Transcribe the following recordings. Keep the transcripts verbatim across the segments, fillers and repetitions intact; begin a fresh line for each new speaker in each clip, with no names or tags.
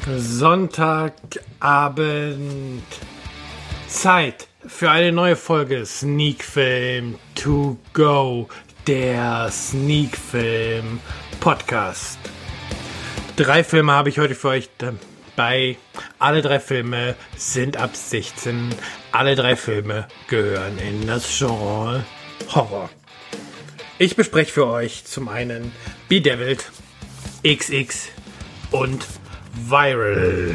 Sonntagabend. Zeit für eine neue Folge Sneak Film to go, der Sneak Film Podcast. Drei Filme habe ich heute für euch dabei. Alle drei Filme sind ab sechzehn. Alle drei Filme gehören in das Genre Horror. Ich bespreche für euch zum einen Bedeviled, X X und Viral.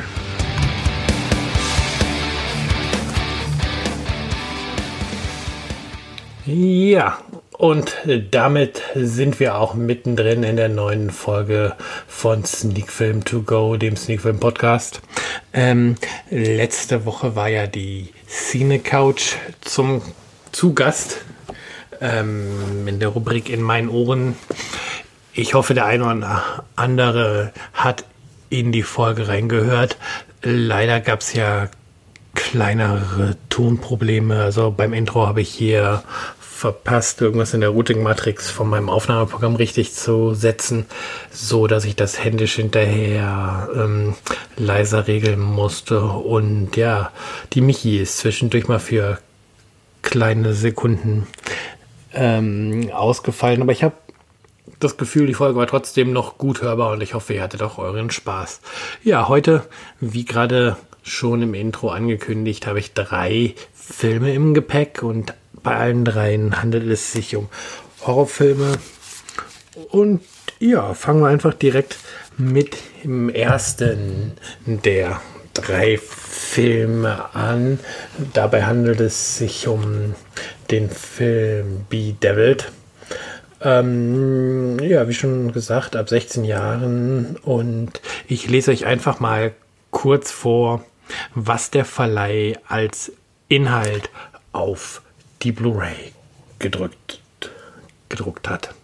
Ja, und damit sind wir auch mittendrin in der neuen Folge von Sneak Film to go, dem Sneak Film Podcast. Ähm, letzte Woche war ja die Cine Couch zum zu Gast ähm, in der Rubrik In meinen Ohren. Ich hoffe, der eine oder andere hat in die Folge reingehört. Leider gab es ja kleinere Tonprobleme. Also beim Intro habe ich hier verpasst, irgendwas in der Routing-Matrix von meinem Aufnahmeprogramm richtig zu setzen, so dass ich das händisch hinterher ähm, leiser regeln musste. Und ja, die Michi ist zwischendurch mal für kleine Sekunden ähm, ausgefallen. Aber ich habe das Gefühl, die Folge war trotzdem noch gut hörbar und ich hoffe, ihr hattet auch euren Spaß. Ja, heute, wie gerade schon im Intro angekündigt, habe ich drei Filme im Gepäck und bei allen dreien handelt es sich um Horrorfilme. Und ja, fangen wir einfach direkt mit dem ersten der drei Filme an. Dabei handelt es sich um den Film Bedeviled. Ähm, ja, wie schon gesagt, ab sechzehn Jahren, und ich lese euch einfach mal kurz vor, was der Verleih als Inhalt auf die Blu-ray gedrückt, gedruckt hat.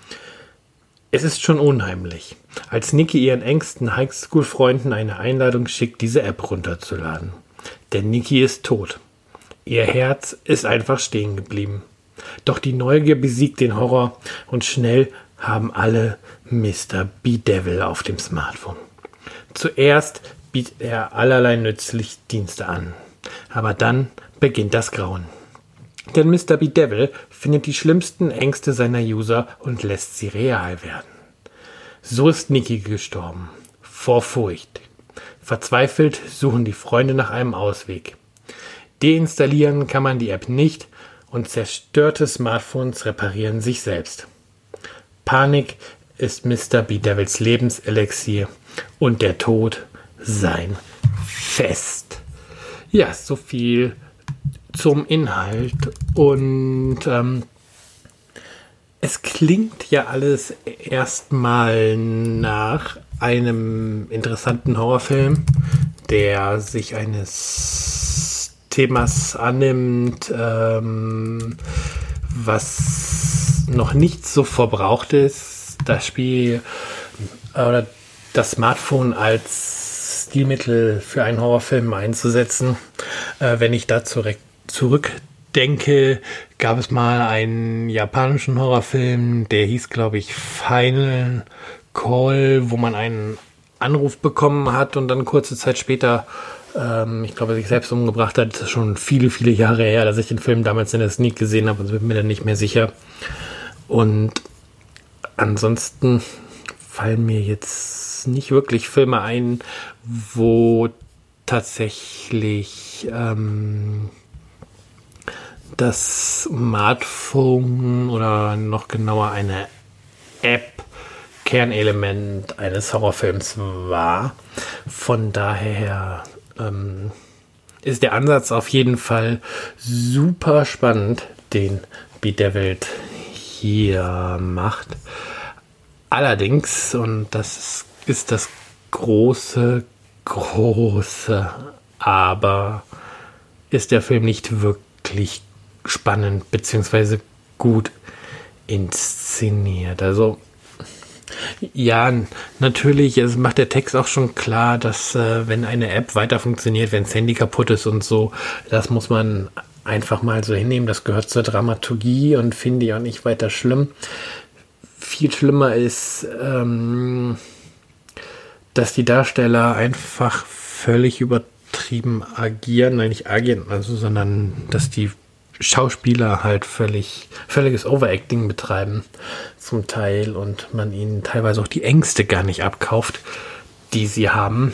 Es ist schon unheimlich, als Nikki ihren engsten Highschool-Freunden eine Einladung schickt, diese App runterzuladen. Denn Nikki ist tot. Ihr Herz ist einfach stehen geblieben. Doch die Neugier besiegt den Horror und schnell haben alle Mister Bedevil auf dem Smartphone. Zuerst bietet er allerlei nützliche Dienste an. Aber dann beginnt das Grauen. Denn Mister Bedevil findet die schlimmsten Ängste seiner User und lässt sie real werden. So ist Nikki gestorben. Vor Furcht. Verzweifelt suchen die Freunde nach einem Ausweg. Deinstallieren kann man die App nicht, und zerstörte Smartphones reparieren sich selbst. Panik ist Mister Bedevils Lebenselixier und der Tod sein Fest. Ja, so viel zum Inhalt. Und ähm, es klingt ja alles erstmal nach einem interessanten Horrorfilm, der sich eines Themas annimmt, ähm, was noch nicht so verbraucht ist. Das Spiel oder äh, das Smartphone als Stilmittel für einen Horrorfilm einzusetzen. Äh, wenn ich da zurück, zurückdenke, gab es mal einen japanischen Horrorfilm, der hieß, glaube ich, Final Call, wo man einen Anruf bekommen hat und dann kurze Zeit später ich glaube, sich selbst umgebracht hat. Das ist schon viele, viele Jahre her, dass ich den Film damals in der Sneak gesehen habe und bin mir dann nicht mehr sicher. Und ansonsten fallen mir jetzt nicht wirklich Filme ein, wo tatsächlich ähm, das Smartphone oder noch genauer eine App Kernelement eines Horrorfilms war. Von daher ähm, ist der Ansatz auf jeden Fall super spannend, den Bedeviled hier macht. Allerdings, und das ist das große, große Aber, ist der Film nicht wirklich spannend bzw. gut inszeniert. Also ja, natürlich, es macht der Text auch schon klar, dass äh, wenn eine App weiter funktioniert, wenn das Handy kaputt ist und so, das muss man einfach mal so hinnehmen. Das gehört zur Dramaturgie und finde ich auch nicht weiter schlimm. Viel schlimmer ist, ähm, dass die Darsteller einfach völlig übertrieben agieren, nein, nicht agieren, also, sondern dass die Schauspieler halt völlig, völliges Overacting betreiben zum Teil und man ihnen teilweise auch die Ängste gar nicht abkauft, die sie haben.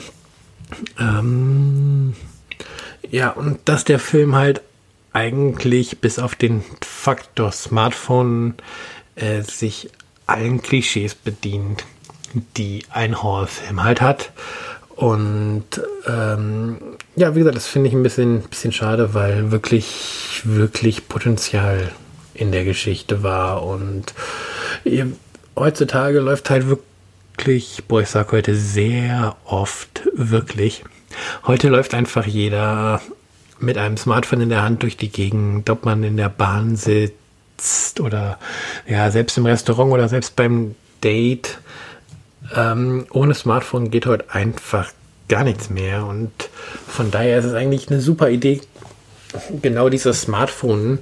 Ähm, ja, und dass der Film halt eigentlich bis auf den Faktor Smartphone äh, sich allen Klischees bedient, die ein Horrorfilm halt hat. Und ähm, ja, wie gesagt, das finde ich ein bisschen, bisschen schade, weil wirklich, wirklich Potenzial in der Geschichte war. Und äh, heutzutage läuft halt wirklich, boah, ich sag heute sehr oft wirklich, heute läuft einfach jeder mit einem Smartphone in der Hand durch die Gegend, ob man in der Bahn sitzt oder ja, selbst im Restaurant oder selbst beim Date. Ähm, ohne Smartphone geht heute einfach gar nichts mehr und von daher ist es eigentlich eine super Idee, genau dieses Smartphone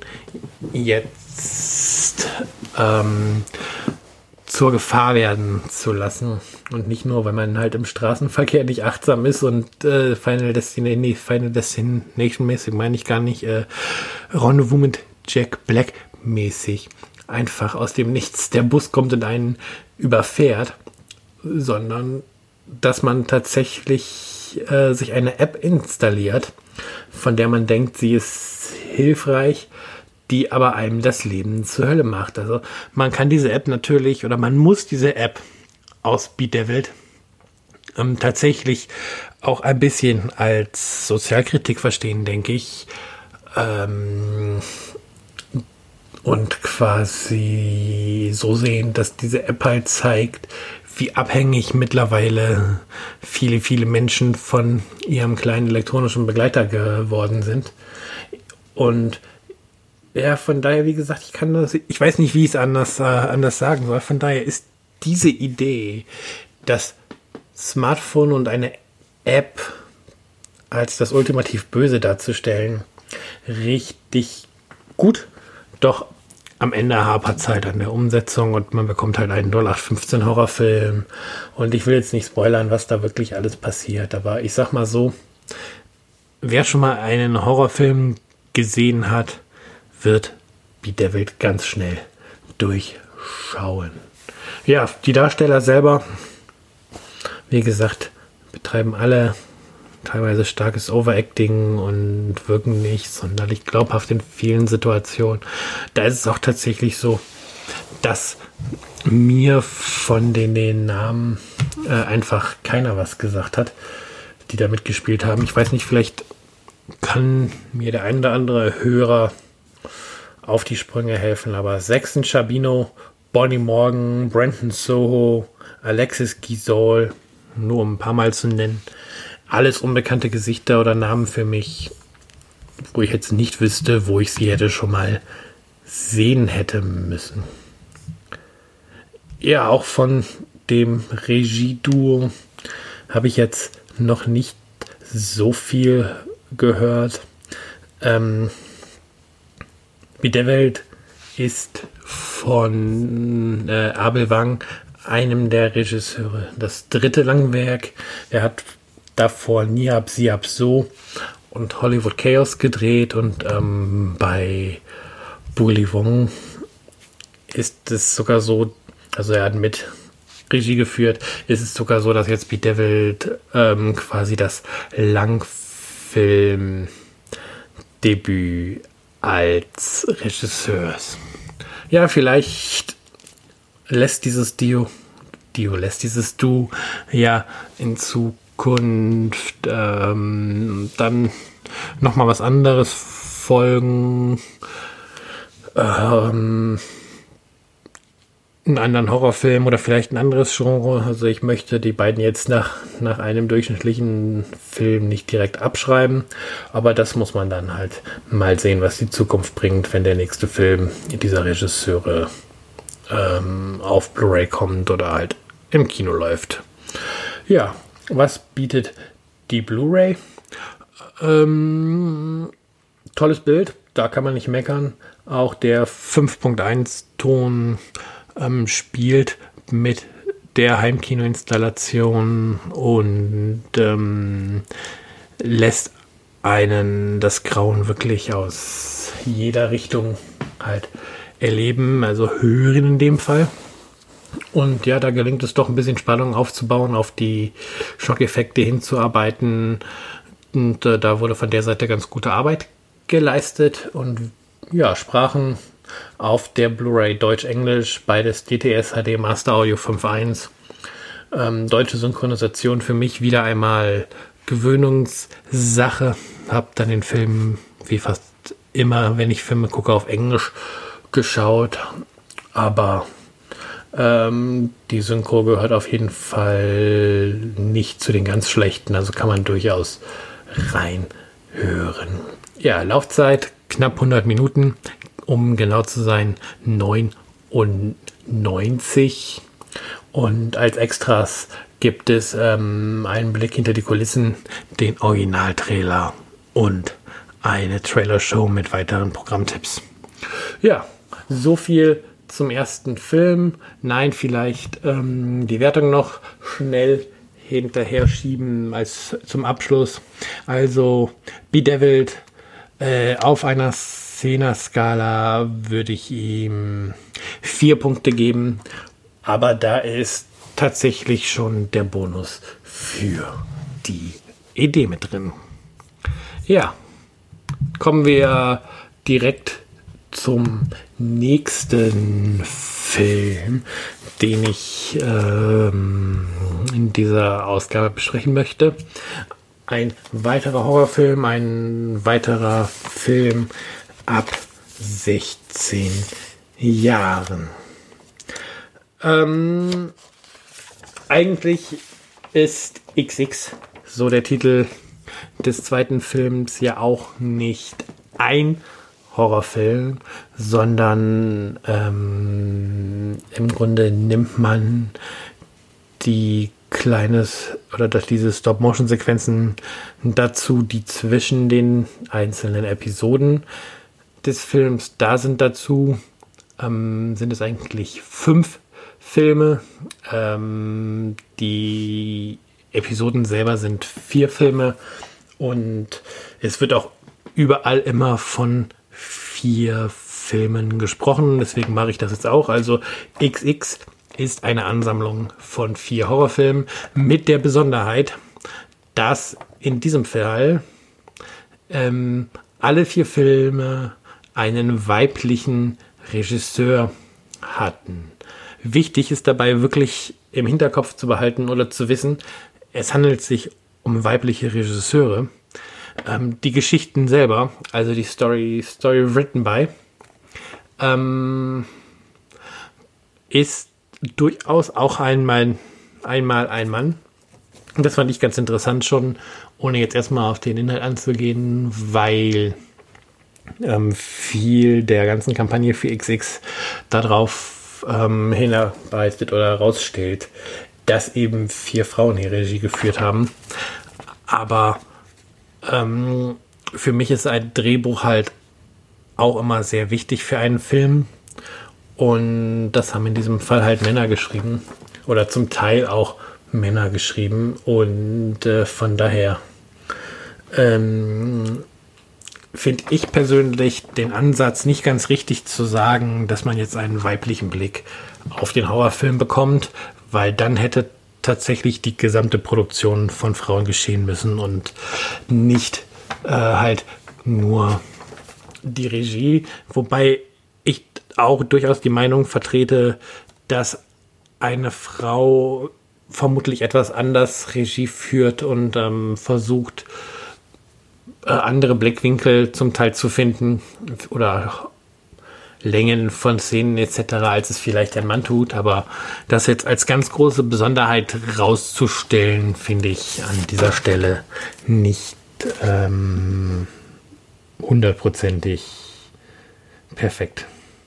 jetzt ähm, zur Gefahr werden zu lassen und nicht nur, weil man halt im Straßenverkehr nicht achtsam ist und äh, Final Destination, nee, Final Destination mäßig meine ich gar nicht, äh, Rendezvous mit Jack Black mäßig einfach aus dem Nichts der Bus kommt und einen überfährt, sondern dass man tatsächlich äh, sich eine App installiert, von der man denkt, sie ist hilfreich, die aber einem das Leben zur Hölle macht. Also man kann diese App natürlich oder man muss diese App aus Bedevilled ähm, tatsächlich auch ein bisschen als Sozialkritik verstehen, denke ich. Ähm, und quasi so sehen, dass diese App halt zeigt, wie abhängig mittlerweile viele, viele Menschen von ihrem kleinen elektronischen Begleiter geworden sind. Und ja, von daher, wie gesagt, ich kann das, ich weiß nicht, wie ich es anders, äh, anders sagen soll. Von daher ist diese Idee, das Smartphone und eine App als das ultimativ Böse darzustellen, richtig gut. Doch am Ende hapert es halt an der Umsetzung und man bekommt halt einen null acht fünfzehn Horrorfilm. Und ich will jetzt nicht spoilern, was da wirklich alles passiert. Aber ich sag mal so, wer schon mal einen Horrorfilm gesehen hat, wird Bedevilled ganz schnell durchschauen. Ja, die Darsteller selber, wie gesagt, betreiben alle teilweise starkes Overacting und wirken nicht sonderlich glaubhaft in vielen Situationen. Da ist es auch tatsächlich so, dass mir von den, den Namen äh, einfach keiner was gesagt hat, die da mitgespielt haben. Ich weiß nicht, vielleicht kann mir der ein oder andere Hörer auf die Sprünge helfen, aber Saxon Chabino, Bonnie Morgan, Brandon Soho, Alexis Gisol, nur um ein paar Mal zu nennen, alles unbekannte Gesichter oder Namen für mich, wo ich jetzt nicht wüsste, wo ich sie hätte schon mal sehen hätte müssen. Ja, auch von dem Regieduo habe ich jetzt noch nicht so viel gehört. Ähm, Bedevilled ist von äh, Abel Wang, einem der Regisseure. Das dritte Langwerk. Er hat davor Niab Siab So und Hollywood Chaos gedreht und ähm, bei Bully Wong ist es sogar so, also er hat mit Regie geführt, ist es sogar so, dass jetzt Bedevilled ähm, quasi das Langfilmdebüt als Regisseurs. Ja, vielleicht lässt dieses Dio, Dio lässt dieses Du ja in Zukunft ähm, dann nochmal was anderes folgen. Ähm, einen anderen Horrorfilm oder vielleicht ein anderes Genre. Also ich möchte die beiden jetzt nach, nach einem durchschnittlichen Film nicht direkt abschreiben, aber das muss man dann halt mal sehen, was die Zukunft bringt, wenn der nächste Film dieser Regisseure ähm, auf Blu-ray kommt oder halt im Kino läuft. Ja, was bietet die Blu-ray? Ähm, tolles Bild, da kann man nicht meckern. Auch der fünf Punkt eins Ton ähm, spielt mit der Heimkinoinstallation und ähm, lässt einen das Grauen wirklich aus jeder Richtung halt erleben, also hören in dem Fall. Und ja, da gelingt es doch ein bisschen Spannung aufzubauen, auf die Schockeffekte hinzuarbeiten. Und äh, da wurde von der Seite ganz gute Arbeit geleistet. Und ja, Sprachen auf der Blu-ray Deutsch-Englisch, beides D T S H D Master Audio fünf Punkt eins. Ähm, deutsche Synchronisation für mich wieder einmal Gewöhnungssache. Hab dann den Film, wie fast immer, wenn ich Filme gucke, auf Englisch geschaut. Aber ähm, die Synchro gehört auf jeden Fall nicht zu den ganz schlechten. Also kann man durchaus reinhören. Ja, Laufzeit knapp hundert Minuten. Um genau zu sein, neunundneunzig. Und als Extras gibt es ähm, einen Blick hinter die Kulissen, den Originaltrailer und eine Trailershow mit weiteren Programmtipps. Ja, so viel zum ersten Film. Nein, vielleicht ähm, die Wertung noch schnell hinterher schieben als zum Abschluss. Also Bedeviled äh, auf einer Zehner-Skala würde ich ihm vier Punkte geben, aber da ist tatsächlich schon der Bonus für die Idee mit drin. Ja, kommen wir direkt zum nächsten Film, den ich ähm, in dieser Ausgabe besprechen möchte. Ein weiterer Horrorfilm, ein weiterer Film ab sechzehn Jahren. Ähm, eigentlich ist X X, so der Titel des zweiten Films, ja auch nicht ein Horrorfilm, sondern ähm, im Grunde nimmt man die kleines oder diese Stop-Motion-Sequenzen dazu, die zwischen den einzelnen Episoden des Films da sind dazu, ähm, sind es eigentlich fünf Filme. Ähm, die Episoden selber sind vier Filme und es wird auch überall immer von vier Filmen gesprochen. Deswegen mache ich das jetzt auch. Also X X ist eine Ansammlung von vier Horrorfilmen mit der Besonderheit, dass in diesem Fall ähm, alle vier Filme einen weiblichen Regisseur hatten. Wichtig ist dabei wirklich im Hinterkopf zu behalten oder zu wissen, es handelt sich um weibliche Regisseure. Ähm, die Geschichten selber, also die Story, Story written by, ähm, ist durchaus auch einmal, einmal ein Mann. Und das fand ich ganz interessant schon, ohne jetzt erstmal auf den Inhalt anzugehen, weil ähm, viel der ganzen Kampagne für X X darauf ähm, hinarbeitet oder herausstellt, dass eben vier Frauen die Regie geführt haben. Aber ähm, für mich ist ein Drehbuch halt auch immer sehr wichtig für einen Film. Und das haben in diesem Fall halt Männer geschrieben. Oder zum Teil auch Männer geschrieben. Und äh, von daher ähm, finde ich persönlich den Ansatz nicht ganz richtig zu sagen, dass man jetzt einen weiblichen Blick auf den Horrorfilm bekommt, weil dann hätte tatsächlich die gesamte Produktion von Frauen geschehen müssen und nicht äh, halt nur die Regie, wobei ich auch durchaus die Meinung vertrete, dass eine Frau vermutlich etwas anders Regie führt und ähm, versucht, äh, andere Blickwinkel zum Teil zu finden oder Längen von Szenen et cetera, als es vielleicht ein Mann tut. Aber das jetzt als ganz große Besonderheit rauszustellen, finde ich an dieser Stelle nicht ähm, hundertprozentig perfekt.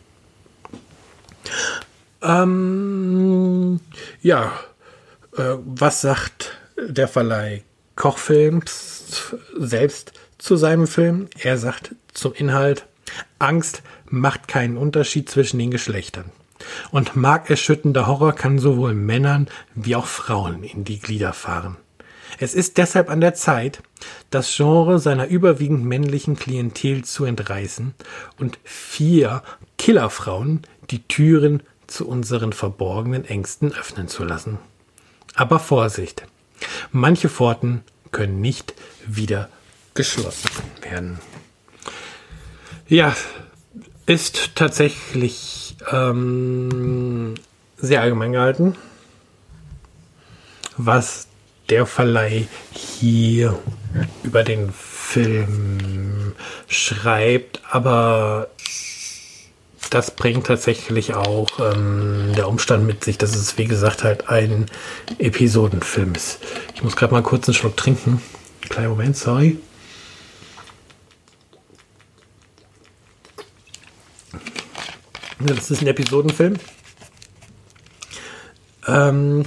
Ähm, ja, äh, was sagt der Verleih Koch-Films selbst zu seinem Film? Er sagt zum Inhalt: Angst macht keinen Unterschied zwischen den Geschlechtern. Und markerschütternder Horror kann sowohl Männern wie auch Frauen in die Glieder fahren. Es ist deshalb an der Zeit, das Genre seiner überwiegend männlichen Klientel zu entreißen und vier Killerfrauen die Türen zu unseren verborgenen Ängsten öffnen zu lassen. Aber Vorsicht! Manche Pforten können nicht wieder geschlossen werden. Ja, ist tatsächlich ähm, sehr allgemein gehalten, was der Verleih hier über den Film schreibt, aber das bringt tatsächlich auch ähm, der Umstand mit sich, dass es, wie gesagt, halt ein Episodenfilm ist. Ich muss gerade mal kurz einen Schluck trinken. Kleinen Moment, sorry. Das ist ein Episodenfilm. Ähm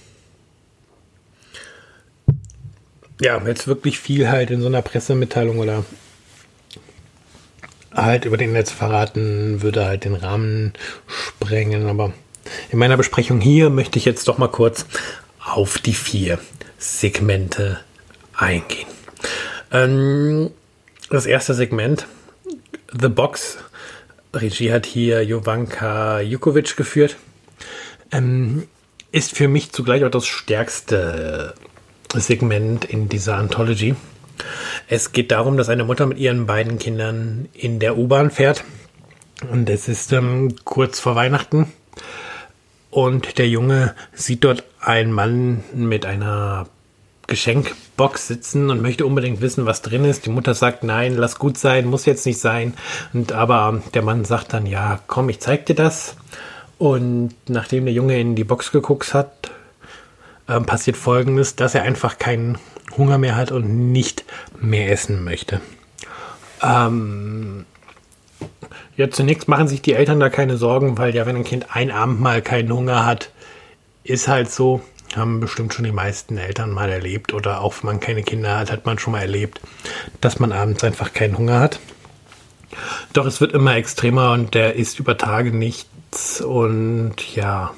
ja, jetzt wirklich viel halt in so einer Pressemitteilung oder halt über den Netz verraten, würde halt den Rahmen sprengen. Aber in meiner Besprechung hier möchte ich jetzt doch mal kurz auf die vier Segmente eingehen. Ähm, das erste Segment, The Box. Regie hat hier Jovanka Jukovic geführt. Ähm, ist für mich zugleich auch das stärkste Segment in dieser Anthology. Es geht darum, dass eine Mutter mit ihren beiden Kindern in der U-Bahn fährt. Und es ist ähm, kurz vor Weihnachten. Und der Junge sieht dort einen Mann mit einer Geschenkbox sitzen und möchte unbedingt wissen, was drin ist. Die Mutter sagt, nein, lass gut sein, muss jetzt nicht sein. Und aber der Mann sagt dann, ja, komm, ich zeig dir das. Und nachdem der Junge in die Box geguckt hat, äh, passiert Folgendes, dass er einfach keinen Hunger mehr hat und nicht mehr essen möchte. Ähm, ja, zunächst machen sich die Eltern da keine Sorgen, weil ja, wenn ein Kind ein Abend mal keinen Hunger hat, ist halt so, haben bestimmt schon die meisten Eltern mal erlebt oder auch wenn man keine Kinder hat, hat man schon mal erlebt, dass man abends einfach keinen Hunger hat. Doch es wird immer extremer und der isst über Tage nichts und ja,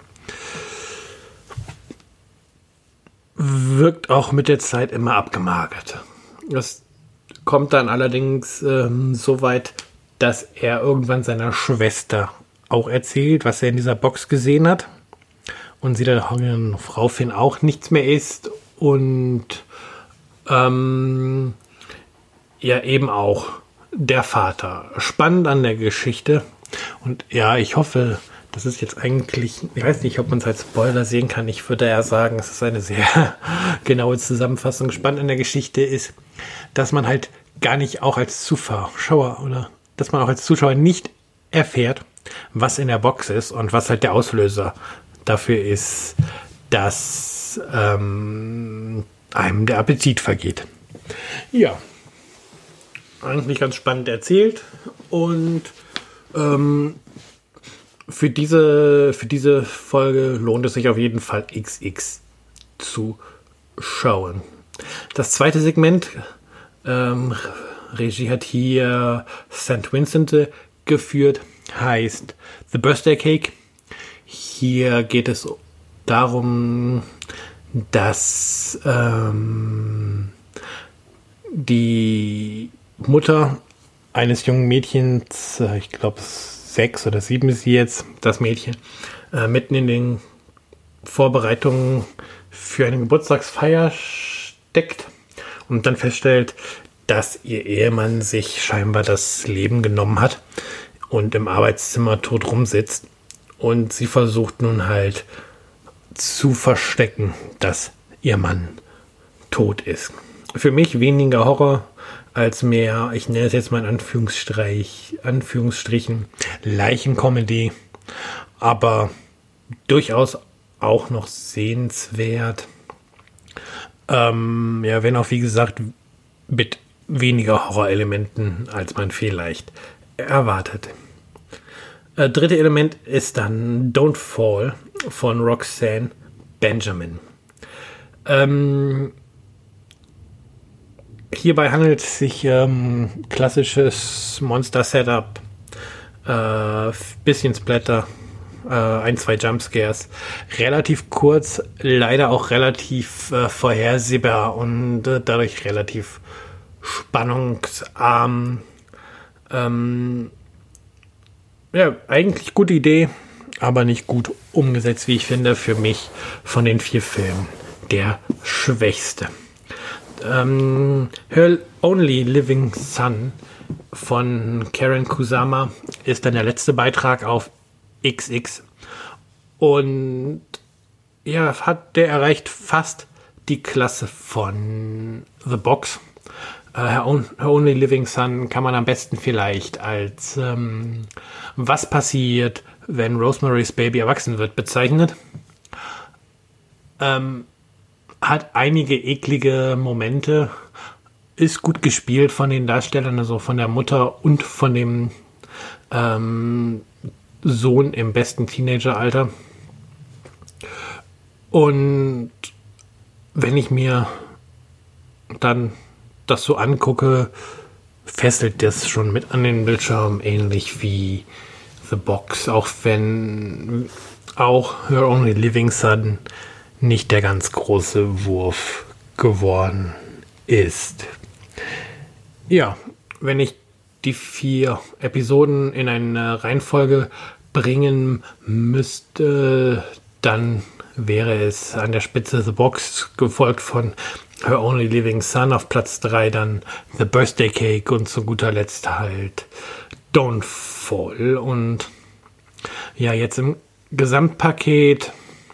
wirkt auch mit der Zeit immer abgemagert. Das kommt dann allerdings ähm, so weit, dass er irgendwann seiner Schwester auch erzählt, was er in dieser Box gesehen hat. Und sie dann Frau Finn auch nichts mehr isst. Und ähm, ja, eben auch der Vater. Spannend an der Geschichte. Und ja, ich hoffe, das ist jetzt eigentlich, ich weiß nicht, ob man es als Spoiler sehen kann. Ich würde ja sagen, es ist eine sehr genaue Zusammenfassung. Spannend an der Geschichte ist, dass man halt gar nicht auch als Zuschauer oder dass man auch als Zuschauer nicht erfährt, was in der Box ist und was halt der Auslöser dafür ist, dass ähm, einem der Appetit vergeht. Ja, eigentlich ganz spannend erzählt und ähm, für diese, für diese Folge lohnt es sich auf jeden Fall X X zu schauen. Das zweite Segment, ähm, Regie hat hier Saint Vincent geführt, heißt The Birthday Cake. Hier geht es darum, dass ähm, die Mutter eines jungen Mädchens, äh, ich glaube sechs oder sieben ist sie jetzt, das Mädchen, äh, mitten in den Vorbereitungen für eine Geburtstagsfeier steckt und dann feststellt, dass ihr Ehemann sich scheinbar das Leben genommen hat und im Arbeitszimmer tot rumsitzt. Und sie versucht nun halt zu verstecken, dass ihr Mann tot ist. Für mich weniger Horror als mehr, ich nenne es jetzt mal in Anführungsstrich, Anführungsstrichen, Leichenkomödie. Aber durchaus auch noch sehenswert. Ähm, ja, wenn auch wie gesagt mit weniger Horrorelementen, als man vielleicht erwartet. Äh, dritte Element ist dann Don't Fall von Roxanne Benjamin. Ähm, hierbei handelt es sich ähm, klassisches Monster-Setup, äh, bisschen Splatter, äh, ein, zwei Jumpscares. Relativ kurz, leider auch relativ äh, vorhersehbar und äh, dadurch relativ spannungsarm. Ähm, ja, eigentlich gute Idee, aber nicht gut umgesetzt, wie ich finde. Für mich von den vier Filmen der schwächste. Ähm, Her Only Living Son von Karen Kusama ist dann der letzte Beitrag auf X X. Und ja, hat der erreicht fast die Klasse von The Box. Uh, Her, On, Her Only Living Son kann man am besten vielleicht als ähm, was passiert, wenn Rosemary's Baby erwachsen wird, bezeichnet. Ähm, hat einige eklige Momente, ist gut gespielt von den Darstellern, also von der Mutter und von dem ähm, Sohn im besten Teenageralter. Und wenn ich mir dann das so angucke, fesselt das schon mit an den Bildschirm, ähnlich wie The Box, auch wenn auch Her Only Living Son nicht der ganz große Wurf geworden ist. Ja, wenn ich die vier Episoden in eine Reihenfolge bringen müsste, dann wäre es an der Spitze The Box, gefolgt von Her Only Living Son, auf Platz drei dann The Birthday Cake und zu guter Letzt halt Don't Fall. Und ja, jetzt im Gesamtpaket,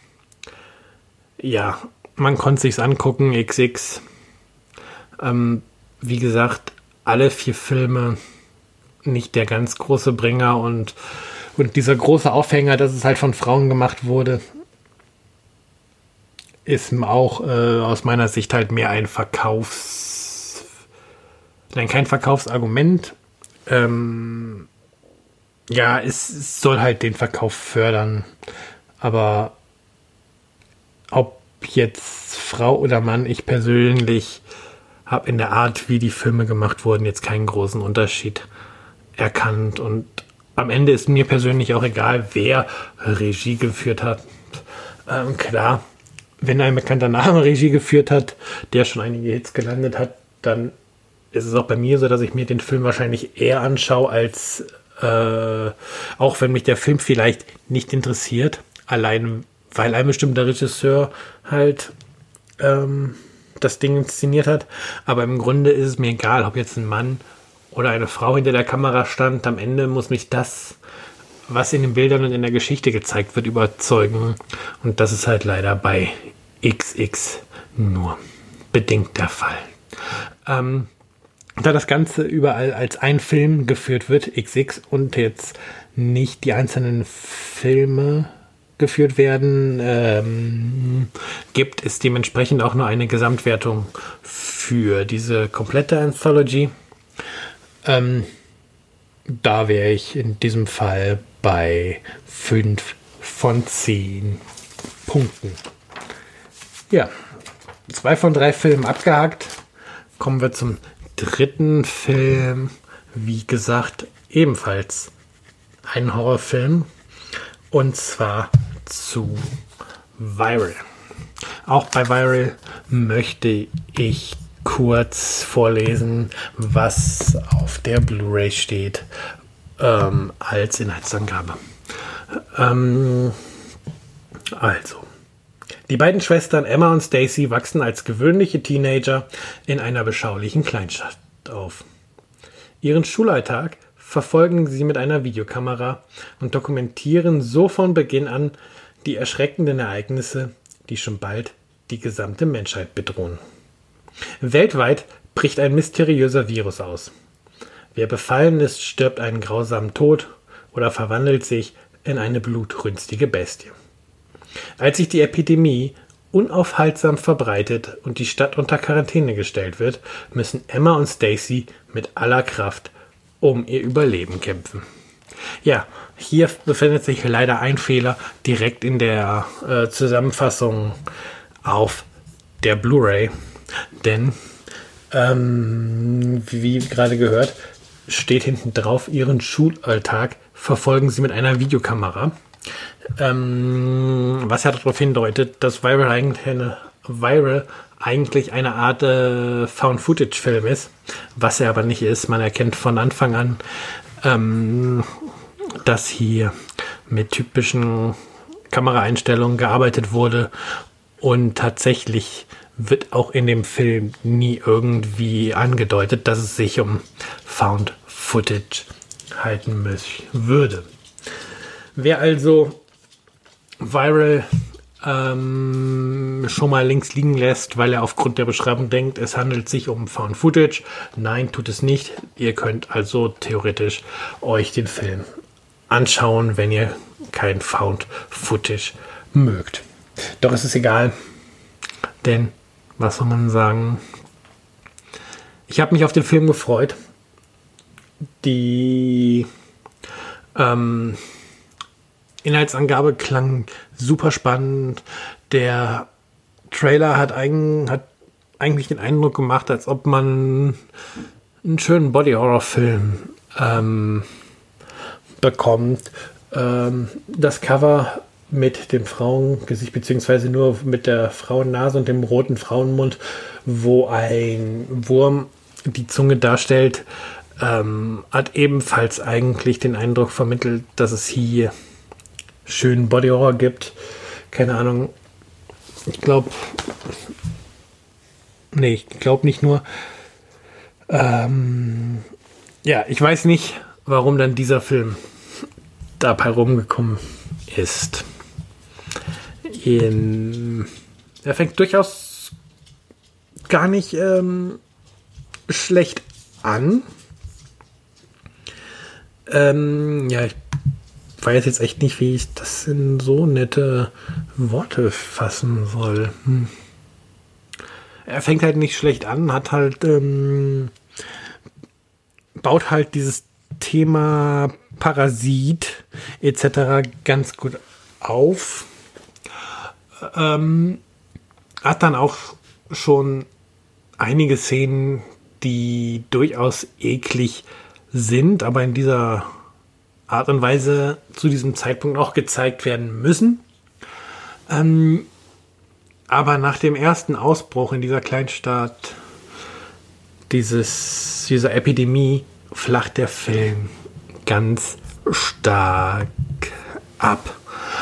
ja, man konnte sich's angucken, X X. Ähm, wie gesagt, alle vier Filme nicht der ganz große Bringer und, und dieser große Aufhänger, dass es halt von Frauen gemacht wurde, ist auch äh, aus meiner Sicht halt mehr ein Verkaufs... Nein, kein Verkaufsargument. Ähm, ja, es, es soll halt den Verkauf fördern. Aber ob jetzt Frau oder Mann, ich persönlich habe in der Art, wie die Filme gemacht wurden, jetzt keinen großen Unterschied erkannt. Und am Ende ist mir persönlich auch egal, wer Regie geführt hat. Ähm, klar, wenn ein bekannter Name Regie geführt hat, der schon einige Hits gelandet hat, dann ist es auch bei mir so, dass ich mir den Film wahrscheinlich eher anschaue, als äh, auch wenn mich der Film vielleicht nicht interessiert, allein weil ein bestimmter Regisseur halt ähm, das Ding inszeniert hat. Aber im Grunde ist es mir egal, ob jetzt ein Mann oder eine Frau hinter der Kamera stand. Am Ende muss mich das, was in den Bildern und in der Geschichte gezeigt wird, überzeugen. Und das ist halt leider bei X X nur bedingt der Fall. Ähm, da das Ganze überall als ein Film geführt wird, X X, und jetzt nicht die einzelnen Filme geführt werden, ähm, gibt es dementsprechend auch nur eine Gesamtwertung für diese komplette Anthology. Ähm, da wäre ich in diesem Fall bei fünf von zehn Punkten. Ja, zwei von drei Filmen abgehakt. Kommen wir zum dritten Film. Wie gesagt, ebenfalls ein Horrorfilm. Und zwar zu Viral. Auch bei Viral möchte ich kurz vorlesen, was auf der Blu-ray steht, ähm, als Inhaltsangabe. Ähm, also, die beiden Schwestern Emma und Stacy wachsen als gewöhnliche Teenager in einer beschaulichen Kleinstadt auf. Ihren Schulalltag verfolgen sie mit einer Videokamera und dokumentieren so von Beginn an die erschreckenden Ereignisse, die schon bald die gesamte Menschheit bedrohen. Weltweit bricht ein mysteriöser Virus aus. Wer befallen ist, stirbt einen grausamen Tod oder verwandelt sich in eine blutrünstige Bestie. Als sich die Epidemie unaufhaltsam verbreitet und die Stadt unter Quarantäne gestellt wird, müssen Emma und Stacy mit aller Kraft um ihr Überleben kämpfen. Ja, hier befindet sich leider ein Fehler direkt in der äh, Zusammenfassung auf der Blu-ray, denn ähm, wie gerade gehört, steht hinten drauf, ihren Schulalltag verfolgen sie mit einer Videokamera. ähm, was ja darauf hindeutet, dass Viral eigentlich eine, Viral eigentlich eine Art äh, Found-Footage-Film ist, was er aber nicht ist. Man erkennt von Anfang an, ähm, dass hier mit typischen Kameraeinstellungen gearbeitet wurde und tatsächlich wird auch in dem Film nie irgendwie angedeutet, dass es sich um Found Footage halten müß, würde. Wer also Viral ähm, schon mal links liegen lässt, weil er aufgrund der Beschreibung denkt, es handelt sich um Found Footage, nein, tut es nicht. Ihr könnt also theoretisch euch den Film anschauen, wenn ihr kein Found Footage mögt. Doch es ist egal, denn was soll man sagen? Ich habe mich auf den Film gefreut. Die ähm, Inhaltsangabe klang super spannend. Der Trailer hat, ein, hat eigentlich den Eindruck gemacht, als ob man einen schönen Body-Horror-Film ähm, bekommt. Ähm, das Cover mit dem Frauengesicht, beziehungsweise nur mit der Frauennase und dem roten Frauenmund, wo ein Wurm die Zunge darstellt, ähm, hat ebenfalls eigentlich den Eindruck vermittelt, dass es hier schönen Body Horror gibt. Keine Ahnung. Ich glaube, nee, ich glaube nicht nur. Ähm, ja, ich weiß nicht, warum dann dieser Film dabei rumgekommen ist. In, er fängt durchaus gar nicht ähm, schlecht an. Ähm, ja, ich weiß jetzt echt nicht, wie ich das in so nette Worte fassen soll. Hm. Er fängt halt nicht schlecht an, hat halt, ähm, baut halt dieses Thema Parasit et cetera ganz gut auf. Ähm, hat dann auch schon einige Szenen, die durchaus eklig sind, aber in dieser Art und Weise zu diesem Zeitpunkt auch gezeigt werden müssen. Ähm, aber nach dem ersten Ausbruch in dieser Kleinstadt, dieses, dieser Epidemie, flacht der Film ganz stark ab.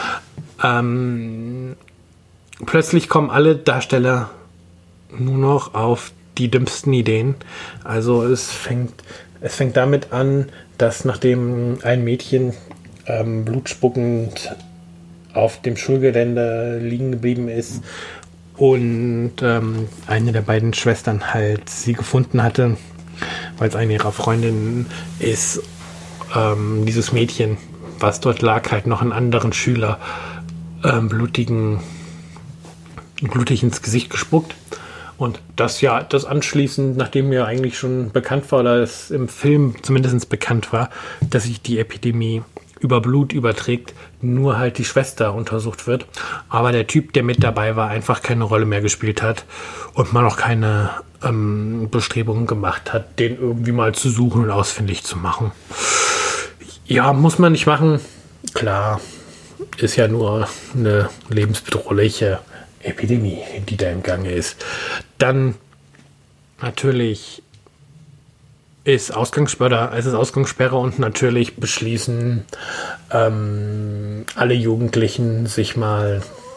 Ähm, plötzlich kommen alle Darsteller nur noch auf die dümmsten Ideen. Also es fängt, es fängt damit an, dass nachdem ein Mädchen ähm, blutspuckend auf dem Schulgelände liegen geblieben ist und ähm, eine der beiden Schwestern halt sie gefunden hatte, weil es eine ihrer Freundinnen ist, ähm, dieses Mädchen, was dort lag, halt noch einen anderen Schüler ähm, blutigen, blutig ins Gesicht gespuckt. Und das ja, das anschließend, nachdem mir eigentlich schon bekannt war, oder es im Film zumindest bekannt war, dass sich die Epidemie über Blut überträgt, nur halt die Schwester untersucht wird. Aber der Typ, der mit dabei war, einfach keine Rolle mehr gespielt hat und man auch keine ähm, Bestrebungen gemacht hat, den irgendwie mal zu suchen und ausfindig zu machen. Ja, muss man nicht machen. Klar, ist ja nur eine lebensbedrohliche Epidemie, die da im Gange ist. Dann natürlich ist Ausgangssperre, es ist Ausgangssperre und natürlich beschließen ähm, alle Jugendlichen, sich mal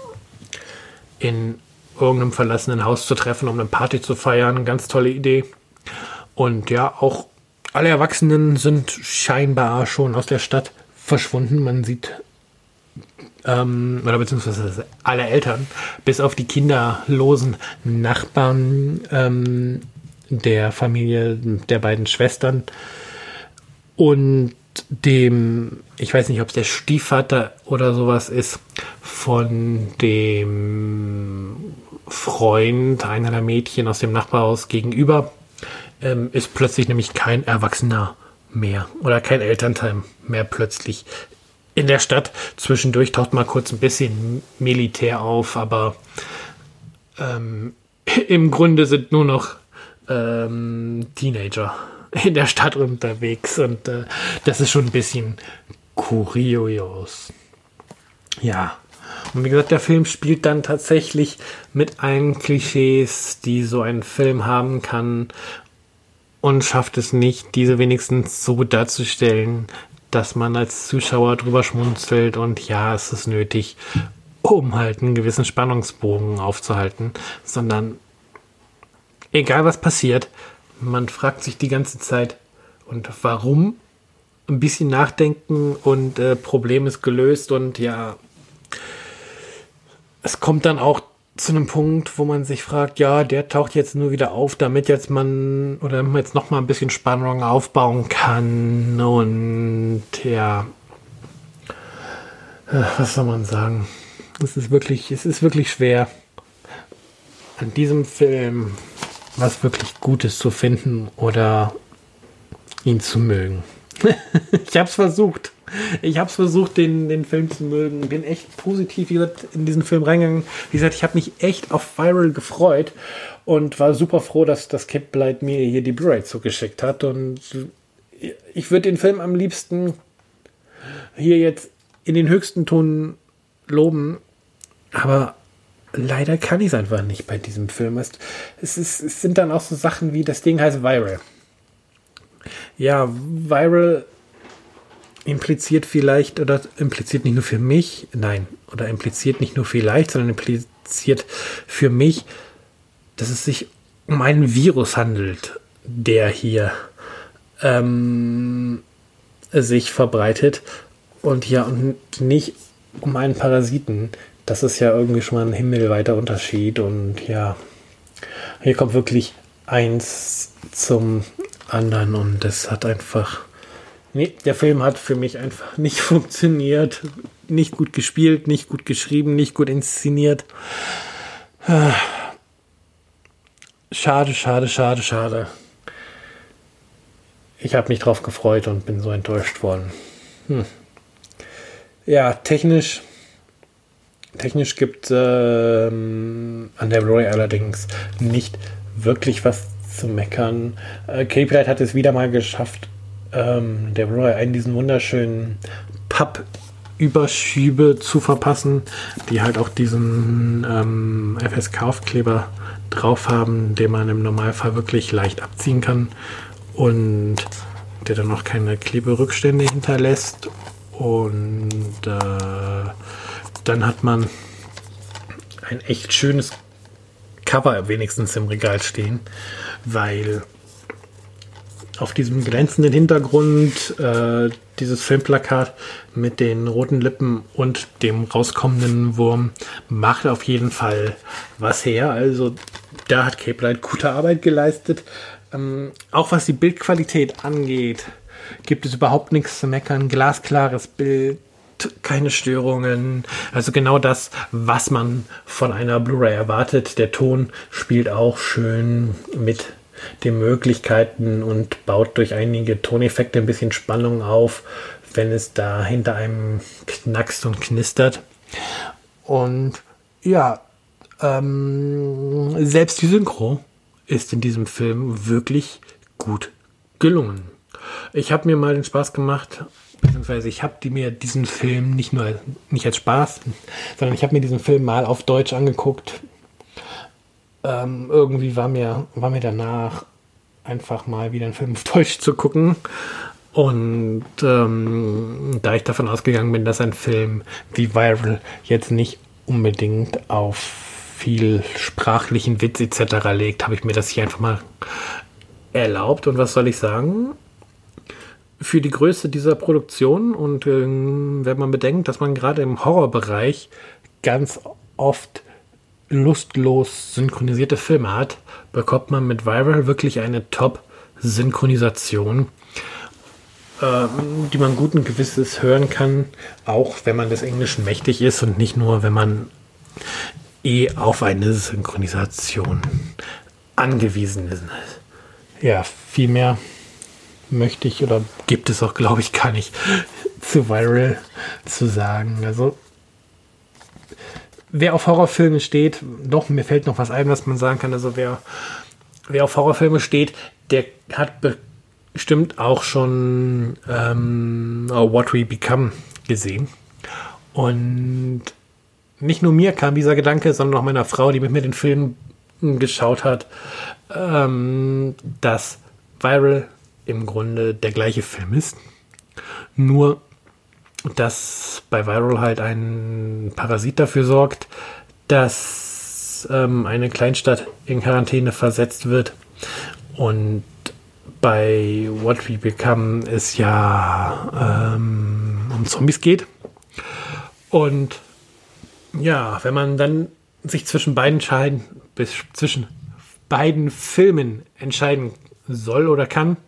in irgendeinem verlassenen Haus zu treffen, um eine Party zu feiern. Ganz tolle Idee. Und ja, auch alle Erwachsenen sind scheinbar schon aus der Stadt verschwunden. Man sieht Ähm, oder beziehungsweise alle Eltern, bis auf die kinderlosen Nachbarn ähm, der Familie der beiden Schwestern und dem, ich weiß nicht, ob es der Stiefvater oder sowas ist, von dem Freund einer der Mädchen aus dem Nachbarhaus gegenüber, ähm, ist plötzlich nämlich kein Erwachsener mehr oder kein Elternteil mehr plötzlich in der Stadt. Zwischendurch taucht mal kurz ein bisschen Militär auf, aber ähm, im Grunde sind nur noch ähm, Teenager in der Stadt unterwegs und äh, das ist schon ein bisschen kurios. Ja, und wie gesagt, der Film spielt dann tatsächlich mit allen Klischees, die so ein Film haben kann, und schafft es nicht, diese wenigstens so darzustellen, dass man als Zuschauer drüber schmunzelt und ja, es ist nötig, um halt einen gewissen Spannungsbogen aufzuhalten, sondern egal was passiert, man fragt sich die ganze Zeit, und warum? Ein bisschen nachdenken und äh, Problem ist gelöst, und ja, es kommt dann auch zu einem Punkt, wo man sich fragt, ja, der taucht jetzt nur wieder auf, damit jetzt man oder damit man jetzt noch mal ein bisschen Spannung aufbauen kann, und ja, was soll man sagen? Es ist wirklich, es ist wirklich schwer, an diesem Film was wirklich Gutes zu finden oder ihn zu mögen. Ich habe es versucht. Ich habe es versucht, den, den Film zu mögen. Bin echt positiv, wie gesagt, in diesen Film reingegangen. Wie gesagt, ich habe mich echt auf Viral gefreut und war super froh, dass das Cape Blight mir hier die Blu-ray zugeschickt hat. Und ich würde den Film am liebsten hier jetzt in den höchsten Ton loben, aber leider kann ich es einfach nicht bei diesem Film. Es, ist, es sind dann auch so Sachen wie, das Ding heißt Viral. Ja, Viral impliziert vielleicht, oder impliziert nicht nur für mich, nein, oder impliziert nicht nur vielleicht, sondern impliziert für mich, dass es sich um einen Virus handelt, der hier ähm, sich verbreitet, und ja, und nicht um einen Parasiten. Das ist ja irgendwie schon mal ein himmelweiter Unterschied, und ja, hier kommt wirklich eins zum anderen, und das hat einfach, nee, der Film hat für mich einfach nicht funktioniert, nicht gut gespielt, nicht gut geschrieben, nicht gut inszeniert. Schade, schade, schade, schade. Ich habe mich drauf gefreut und bin so enttäuscht worden. Hm. Ja, technisch technisch gibt ähm, an der Blu-ray allerdings nicht wirklich was zu meckern. Äh, Cape Blight hat es wieder mal geschafft, ähm, der Blu-ray einen diesen wunderschönen Pappüberschübe zu verpassen, die halt auch diesen ähm, F S K-Aufkleber drauf haben, den man im Normalfall wirklich leicht abziehen kann und der dann noch keine Kleberückstände hinterlässt. Und äh, dann hat man ein echt schönes Cover wenigstens im Regal stehen, weil auf diesem glänzenden Hintergrund äh, dieses Filmplakat mit den roten Lippen und dem rauskommenden Wurm macht auf jeden Fall was her. Also da hat Cape Blight gute Arbeit geleistet. Ähm, auch was die Bildqualität angeht, gibt es überhaupt nichts zu meckern. Glasklares Bild, keine Störungen. Also genau das, was man von einer Blu-ray erwartet. Der Ton spielt auch schön mit den Möglichkeiten und baut durch einige Toneffekte ein bisschen Spannung auf, wenn es da hinter einem knackst und knistert. Und ja, ähm, selbst die Synchro ist in diesem Film wirklich gut gelungen. Ich habe mir mal den Spaß gemacht, beziehungsweise ich habe die mir diesen Film nicht nur nicht als Spaß, sondern ich habe mir diesen Film mal auf Deutsch angeguckt. Ähm, irgendwie war mir, war mir danach einfach mal wieder einen Film auf Deutsch zu gucken. Und ähm, da ich davon ausgegangen bin, dass ein Film wie Viral jetzt nicht unbedingt auf viel sprachlichen Witz et cetera legt, habe ich mir das hier einfach mal erlaubt. Und was soll ich sagen? Für die Größe dieser Produktion und äh, wenn man bedenkt, dass man gerade im Horrorbereich ganz oft lustlos synchronisierte Filme hat, bekommt man mit Viral wirklich eine Top-Synchronisation, ähm, die man guten Gewisses hören kann, auch wenn man des Englischen mächtig ist und nicht nur, wenn man eh auf eine Synchronisation angewiesen ist. Ja, viel mehr möchte ich oder gibt es auch, glaube ich, gar nicht zu Viral zu sagen. Also wer auf Horrorfilme steht, doch, mir fällt noch was ein, was man sagen kann. Also wer, wer auf Horrorfilme steht, der hat bestimmt auch schon ähm, What We Become gesehen. Und nicht nur mir kam dieser Gedanke, sondern auch meiner Frau, die mit mir den Film geschaut hat, ähm, dass Viral im Grunde der gleiche Film ist. Nur, dass bei Viral halt ein Parasit dafür sorgt, dass ähm, eine Kleinstadt in Quarantäne versetzt wird. Und bei What We Become es ja ähm, um Zombies geht. Und ja, wenn man dann sich zwischen beiden entscheiden, bis zwischen beiden Filmen entscheiden soll oder kann,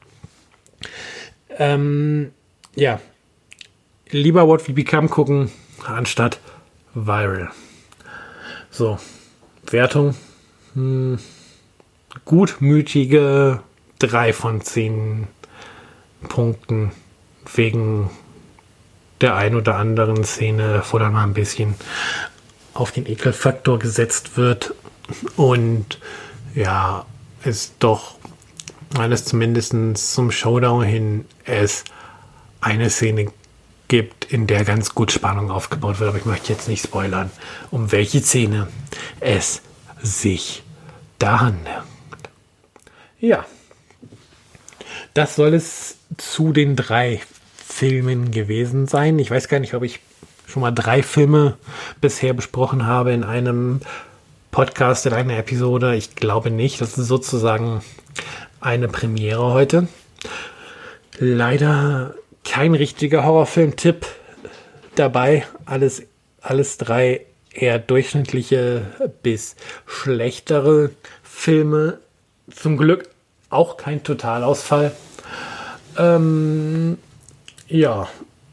ähm, ja, lieber What We Become gucken, anstatt Viral. So, Wertung, hm, gutmütige drei von zehn Punkten wegen der ein oder anderen Szene, wo dann mal ein bisschen auf den Ekelfaktor gesetzt wird und ja, es doch alles zumindest zum Showdown hin es eine Szene gibt, in der ganz gut Spannung aufgebaut wird, aber ich möchte jetzt nicht spoilern, um welche Szene es sich da handelt. Ja, das soll es zu den drei Filmen gewesen sein. Ich weiß gar nicht, ob ich schon mal drei Filme bisher besprochen habe in einem Podcast, in einer Episode. Ich glaube nicht. Das ist sozusagen eine Premiere heute. Leider kein richtiger Horrorfilm-Tipp dabei. Alles, alles drei eher durchschnittliche bis schlechtere Filme. Zum Glück auch kein Totalausfall. Ähm, ja,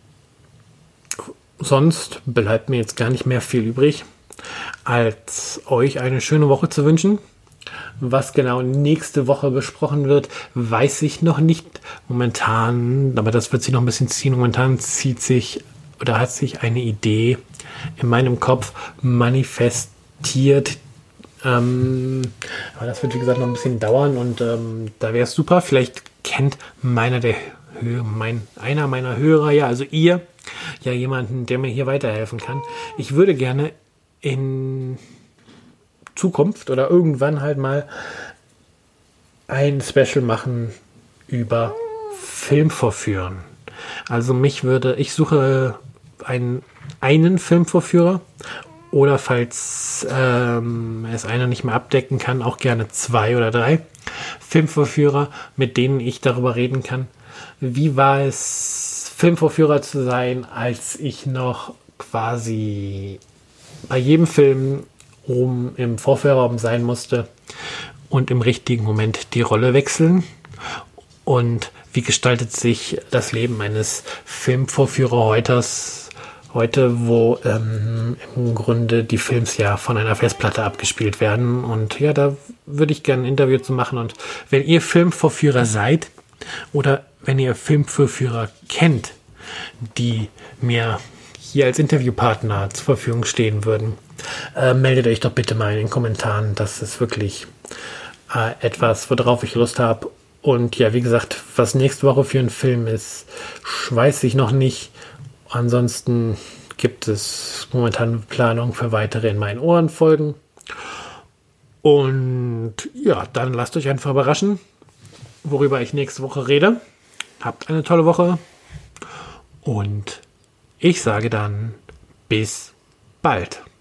sonst bleibt mir jetzt gar nicht mehr viel übrig, als euch eine schöne Woche zu wünschen. Was genau nächste Woche besprochen wird, weiß ich noch nicht. Momentan, aber das wird sich noch ein bisschen ziehen. Momentan zieht sich oder hat sich eine Idee in meinem Kopf manifestiert. Ähm, aber das wird, wie gesagt, noch ein bisschen dauern und ähm, da wäre es super. Vielleicht kennt meiner der mein, einer meiner Hörer, ja, also ihr, ja, jemanden, der mir hier weiterhelfen kann. Ich würde gerne in Zukunft oder irgendwann halt mal ein Special machen über Filmvorführen. Also mich würde, ich suche einen, einen Filmvorführer oder falls ähm, es einer nicht mehr abdecken kann, auch gerne zwei oder drei Filmvorführer, mit denen ich darüber reden kann. Wie war es, Filmvorführer zu sein, als ich noch quasi bei jedem Film oben im Vorführraum sein musste und im richtigen Moment die Rolle wechseln? Und wie gestaltet sich das Leben eines Filmvorführer-Heuters heute, wo ähm, im Grunde die Films ja von einer Festplatte abgespielt werden? Und ja, da würde ich gerne ein Interview zu machen. Und wenn ihr Filmvorführer seid oder wenn ihr Filmvorführer kennt, die mir hier als Interviewpartner zur Verfügung stehen würden, äh, meldet euch doch bitte mal in den Kommentaren. Das ist wirklich äh, etwas, worauf ich Lust habe. Und ja, wie gesagt, was nächste Woche für ein Film ist, weiß ich noch nicht. Ansonsten gibt es momentan Planung für weitere in meinen Ohren Folgen. Und ja, dann lasst euch einfach überraschen, worüber ich nächste Woche rede. Habt eine tolle Woche. Und ich sage dann bis bald.